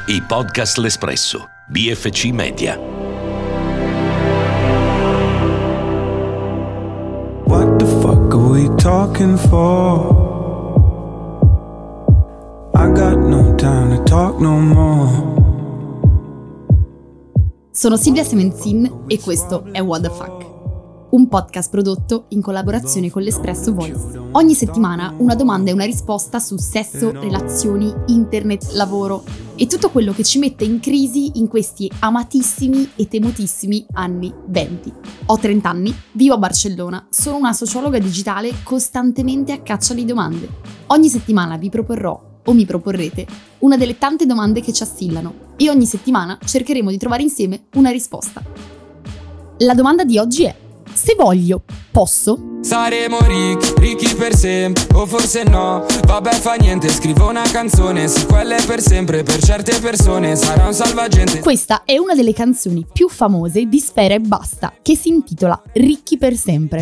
I podcast L'Espresso, BFC Media. What the fuck are we talking for? I got no time to talk no more. Sono Silvia Semenzin e questo è What the Fuck, un podcast prodotto in collaborazione con l'Espresso Voice. Ogni settimana una domanda e una risposta su sesso, relazioni, internet, lavoro e tutto quello che ci mette in crisi in questi amatissimi e temutissimi anni 20. Ho 30 anni, vivo a Barcellona, sono una sociologa digitale costantemente a caccia di domande. Ogni settimana vi proporrò o mi proporrete una delle tante domande che ci assillano e ogni settimana cercheremo di trovare insieme una risposta. La domanda di oggi è: se voglio, posso? Saremo ricchi per sempre, o forse no. Vabbè, fa niente, scrivo una canzone. Se quella è per sempre, per certe persone sarà un salvagente. Questa è una delle canzoni più famose di Sfera Ebbasta, che si intitola Ricchi per sempre.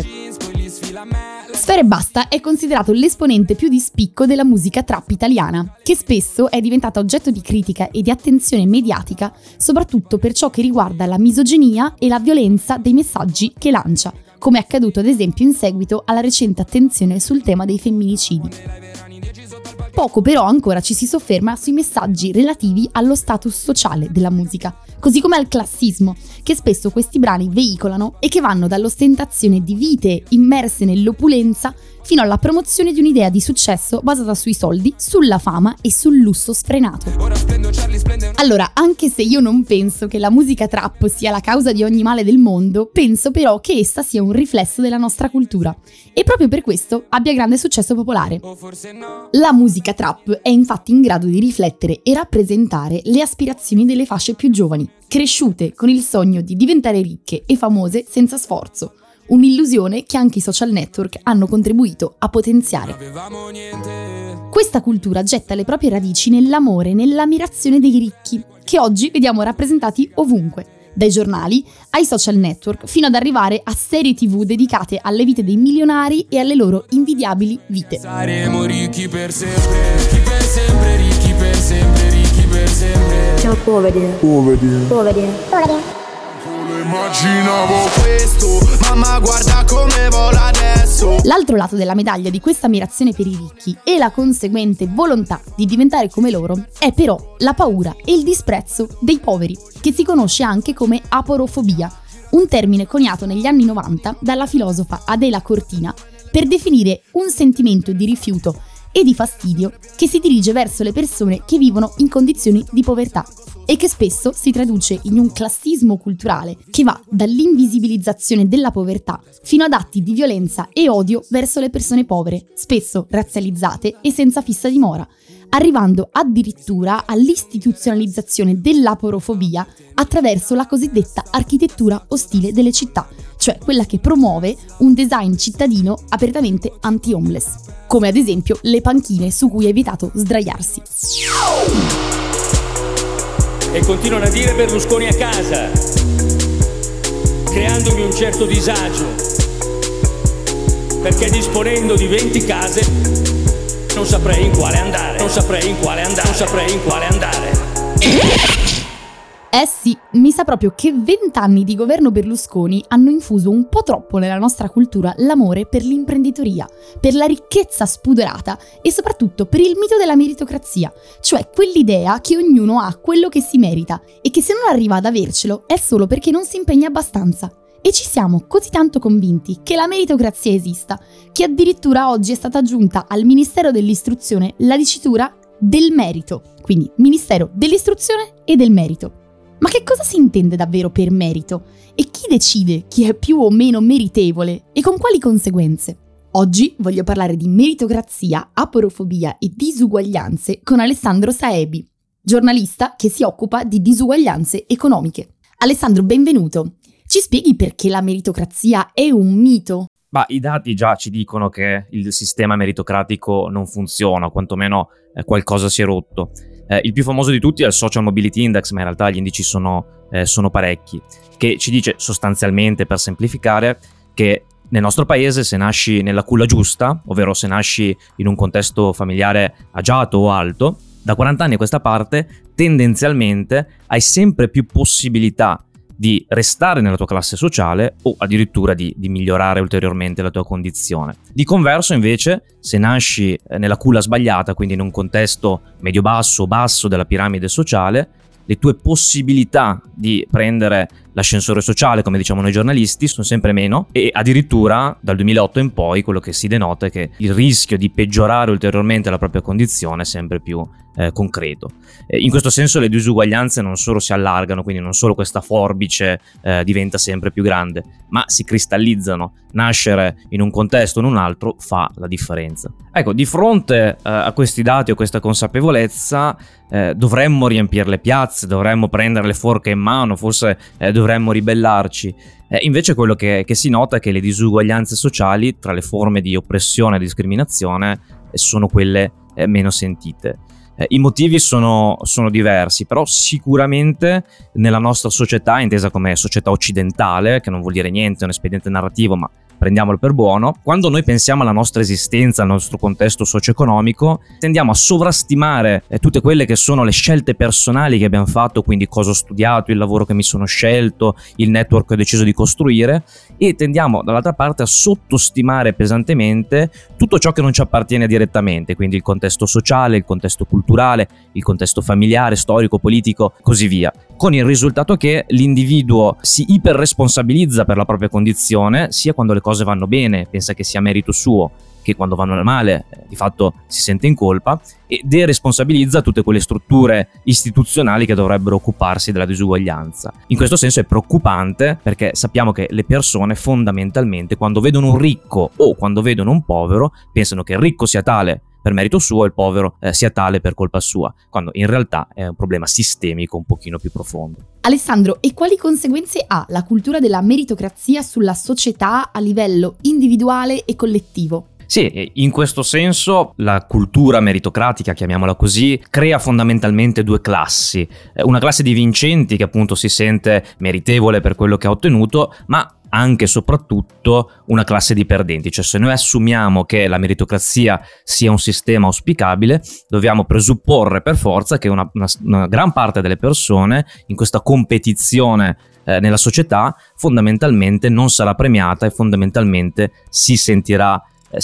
Sfera Ebbasta è considerato l'esponente più di spicco della musica trap italiana, che spesso è diventata oggetto di critica e di attenzione mediatica, soprattutto per ciò che riguarda la misoginia e la violenza dei messaggi che lancia, come è accaduto ad esempio in seguito alla recente attenzione sul tema dei femminicidi. Poco però ancora ci si sofferma sui messaggi relativi allo status sociale della musica, così come al classismo, che spesso questi brani veicolano e che vanno dall'ostentazione di vite immerse nell'opulenza fino alla promozione di un'idea di successo basata sui soldi, sulla fama e sul lusso sfrenato. Allora, anche se io non penso che la musica trap sia la causa di ogni male del mondo, penso però che essa sia un riflesso della nostra cultura e proprio per questo abbia grande successo popolare. La musica trap è infatti in grado di riflettere e rappresentare le aspirazioni delle fasce più giovani, cresciute con il sogno di diventare ricche e famose senza sforzo. Un'illusione che anche i social network hanno contribuito a potenziare. Questa cultura getta le proprie radici nell'amore e nell'ammirazione dei ricchi, che oggi vediamo rappresentati ovunque, dai giornali ai social network, fino ad arrivare a serie TV dedicate alle vite dei milionari e alle loro invidiabili vite. Saremo ricchi per sempre, ricchi per sempre, ricchi per sempre, ricchi per sempre. Ciao poveri. Immaginavo questo, mamma guarda come vola adesso. L'altro lato della medaglia di questa ammirazione per i ricchi e la conseguente volontà di diventare come loro è però la paura e il disprezzo dei poveri, che si conosce anche come aporofobia, un termine coniato negli anni 90 dalla filosofa Adela Cortina per definire un sentimento di rifiuto e di fastidio che si dirige verso le persone che vivono in condizioni di povertà e che spesso si traduce in un classismo culturale che va dall'invisibilizzazione della povertà fino ad atti di violenza e odio verso le persone povere, spesso razzializzate e senza fissa dimora, arrivando addirittura all'istituzionalizzazione dell'aporofobia attraverso la cosiddetta architettura ostile delle città, cioè quella che promuove un design cittadino apertamente anti-homeless, come ad esempio le panchine su cui è vietato sdraiarsi. E continuano a dire Berlusconi a casa, creandomi un certo disagio, perché disponendo di 20 case non saprei in quale andare. Eh sì, mi sa proprio che 20 anni di governo Berlusconi hanno infuso un po' troppo nella nostra cultura l'amore per l'imprenditoria, per la ricchezza spudorata e soprattutto per il mito della meritocrazia, cioè quell'idea che ognuno ha quello che si merita e che se non arriva ad avercelo è solo perché non si impegna abbastanza. E ci siamo così tanto convinti che la meritocrazia esista, che addirittura oggi è stata aggiunta al Ministero dell'Istruzione la dicitura del merito, quindi Ministero dell'Istruzione e del Merito. Ma che cosa si intende davvero per merito? E chi decide chi è più o meno meritevole e con quali conseguenze? Oggi voglio parlare di meritocrazia, aporofobia e disuguaglianze con Alessandro Saebi, giornalista che si occupa di disuguaglianze economiche. Alessandro, benvenuto. Ci spieghi perché la meritocrazia è un mito? I dati già ci dicono che il sistema meritocratico non funziona, o quantomeno qualcosa si è rotto. Il più famoso di tutti è il Social Mobility Index, ma in realtà gli indici sono parecchi, che ci dice sostanzialmente, per semplificare, che nel nostro paese se nasci nella culla giusta, ovvero se nasci in un contesto familiare agiato o alto, Da 40 anni a questa parte, tendenzialmente, hai sempre più possibilità di restare nella tua classe sociale o addirittura di migliorare ulteriormente la tua condizione. Di converso, invece, se nasci nella culla sbagliata, quindi in un contesto medio-basso o basso della piramide sociale, le tue possibilità di prendere l'ascensore sociale, come diciamo noi giornalisti, sono sempre meno, e addirittura dal 2008 in poi quello che si denota è che il rischio di peggiorare ulteriormente la propria condizione è sempre più concreto. In questo senso le disuguaglianze non solo si allargano, quindi non solo questa forbice diventa sempre più grande, ma si cristallizzano. Nascere in un contesto o in un altro fa la differenza. Ecco, di fronte a questi dati o questa consapevolezza dovremmo riempire le piazze, dovremmo prendere le forche in mano, forse dovremmo ribellarci. Invece quello che si nota è che le disuguaglianze sociali tra le forme di oppressione e discriminazione sono quelle meno sentite. I motivi sono diversi, però sicuramente nella nostra società, intesa come società occidentale, che non vuol dire niente, è un espediente narrativo, ma prendiamolo per buono, quando noi pensiamo alla nostra esistenza, al nostro contesto socio-economico, tendiamo a sovrastimare tutte quelle che sono le scelte personali che abbiamo fatto, quindi cosa ho studiato, il lavoro che mi sono scelto, il network che ho deciso di costruire, e tendiamo dall'altra parte a sottostimare pesantemente tutto ciò che non ci appartiene direttamente, quindi il contesto sociale, il contesto culturale, il contesto familiare, storico, politico, così via, con il risultato che l'individuo si iperresponsabilizza per la propria condizione, sia quando le cose vanno bene, pensa che sia merito suo, che quando vanno male di fatto si sente in colpa, e deresponsabilizza tutte quelle strutture istituzionali che dovrebbero occuparsi della disuguaglianza. In questo senso è preoccupante, perché sappiamo che le persone fondamentalmente, quando vedono un ricco o quando vedono un povero, pensano che il ricco sia tale per merito suo e il povero sia tale per colpa sua, quando in realtà è un problema sistemico un pochino più profondo. Alessandro, e quali conseguenze ha la cultura della meritocrazia sulla società a livello individuale e collettivo? Sì, in questo senso la cultura meritocratica, chiamiamola così, crea fondamentalmente due classi. Una classe di vincenti che appunto si sente meritevole per quello che ha ottenuto, ma anche e soprattutto una classe di perdenti. Cioè, se noi assumiamo che la meritocrazia sia un sistema auspicabile, dobbiamo presupporre per forza che una gran parte delle persone in questa competizione nella società fondamentalmente non sarà premiata e fondamentalmente si sentirà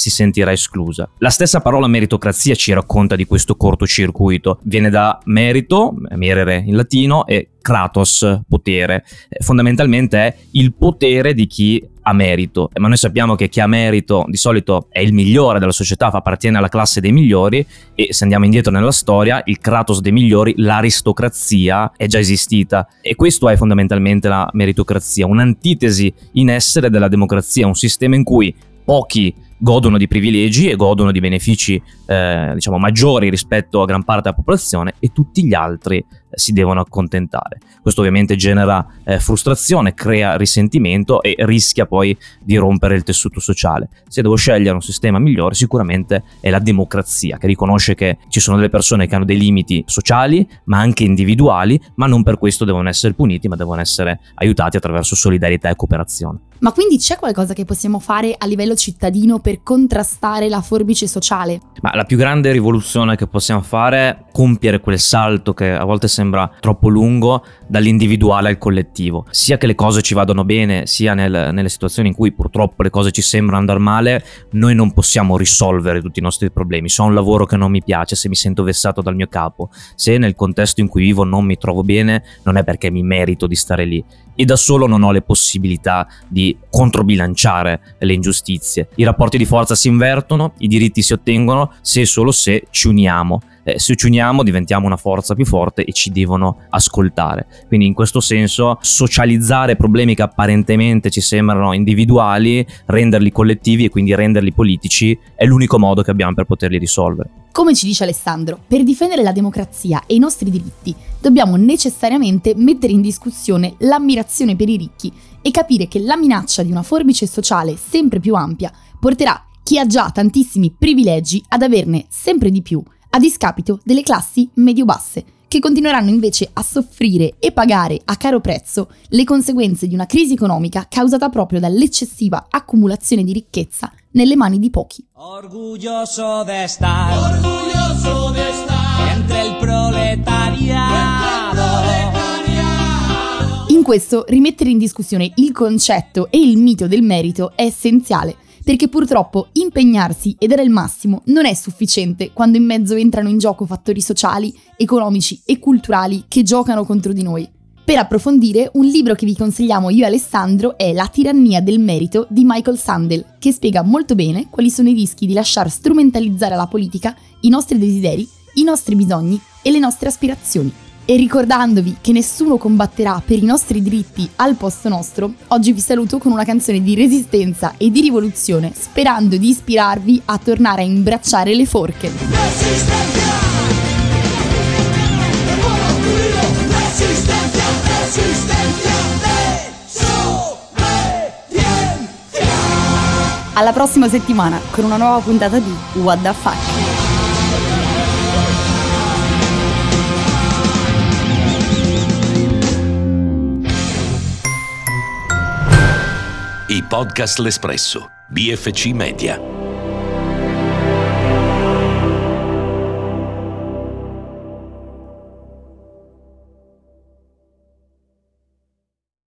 esclusa. La stessa parola meritocrazia ci racconta di questo cortocircuito. Viene da merito, merere in latino, e kratos, potere. Fondamentalmente è il potere di chi ha merito, ma noi sappiamo che chi ha merito di solito è il migliore della società, appartiene alla classe dei migliori, e se andiamo indietro nella storia, il kratos dei migliori, l'aristocrazia, è già esistita, e questo è fondamentalmente la meritocrazia, un'antitesi in essere della democrazia, un sistema in cui pochi godono di privilegi e godono di benefici maggiori rispetto a gran parte della popolazione, e tutti gli altri si devono accontentare. Questo ovviamente genera frustrazione, crea risentimento e rischia poi di rompere il tessuto sociale. Se devo scegliere un sistema migliore, sicuramente è la democrazia, che riconosce che ci sono delle persone che hanno dei limiti sociali ma anche individuali, ma non per questo devono essere puniti, ma devono essere aiutati attraverso solidarietà e cooperazione. Ma quindi c'è qualcosa che possiamo fare a livello cittadino per contrastare la forbice sociale? Ma la più grande rivoluzione che possiamo fare è compiere quel salto che a volte sembra troppo lungo dall'individuale al collettivo. Sia che le cose ci vadano bene, sia nelle situazioni in cui purtroppo le cose ci sembrano andare male, noi non possiamo risolvere tutti i nostri problemi. Se ho un lavoro che non mi piace, se mi sento vessato dal mio capo, se nel contesto in cui vivo non mi trovo bene, non è perché mi merito di stare lì, e da solo non ho le possibilità di controbilanciare le ingiustizie. I rapporti di forza si invertono, i diritti si ottengono se e solo se ci uniamo. Se ci uniamo diventiamo una forza più forte e ci devono ascoltare. Quindi in questo senso socializzare problemi che apparentemente ci sembrano individuali, renderli collettivi e quindi renderli politici, è l'unico modo che abbiamo per poterli risolvere. Come ci dice Alessandro, per difendere la democrazia e i nostri diritti dobbiamo necessariamente mettere in discussione l'ammirazione per i ricchi e capire che la minaccia di una forbice sociale sempre più ampia porterà chi ha già tantissimi privilegi ad averne sempre di più, a discapito delle classi medio-basse, che continueranno invece a soffrire e pagare a caro prezzo le conseguenze di una crisi economica causata proprio dall'eccessiva accumulazione di ricchezza nelle mani di pochi. Orgulloso de estar entre el questo, rimettere in discussione il concetto e il mito del merito è essenziale, perché purtroppo impegnarsi e dare il massimo non è sufficiente quando in mezzo entrano in gioco fattori sociali, economici e culturali che giocano contro di noi. Per approfondire, un libro che vi consigliamo io e Alessandro è La tirannia del merito di Michael Sandel, che spiega molto bene quali sono i rischi di lasciar strumentalizzare la politica, i nostri desideri, i nostri bisogni e le nostre aspirazioni. E ricordandovi che nessuno combatterà per i nostri diritti al posto nostro, oggi vi saluto con una canzone di resistenza e di rivoluzione, sperando di ispirarvi a tornare a imbracciare le forche. Alla prossima settimana con una nuova puntata di What the Fuck. I podcast L'Espresso, BFC Media.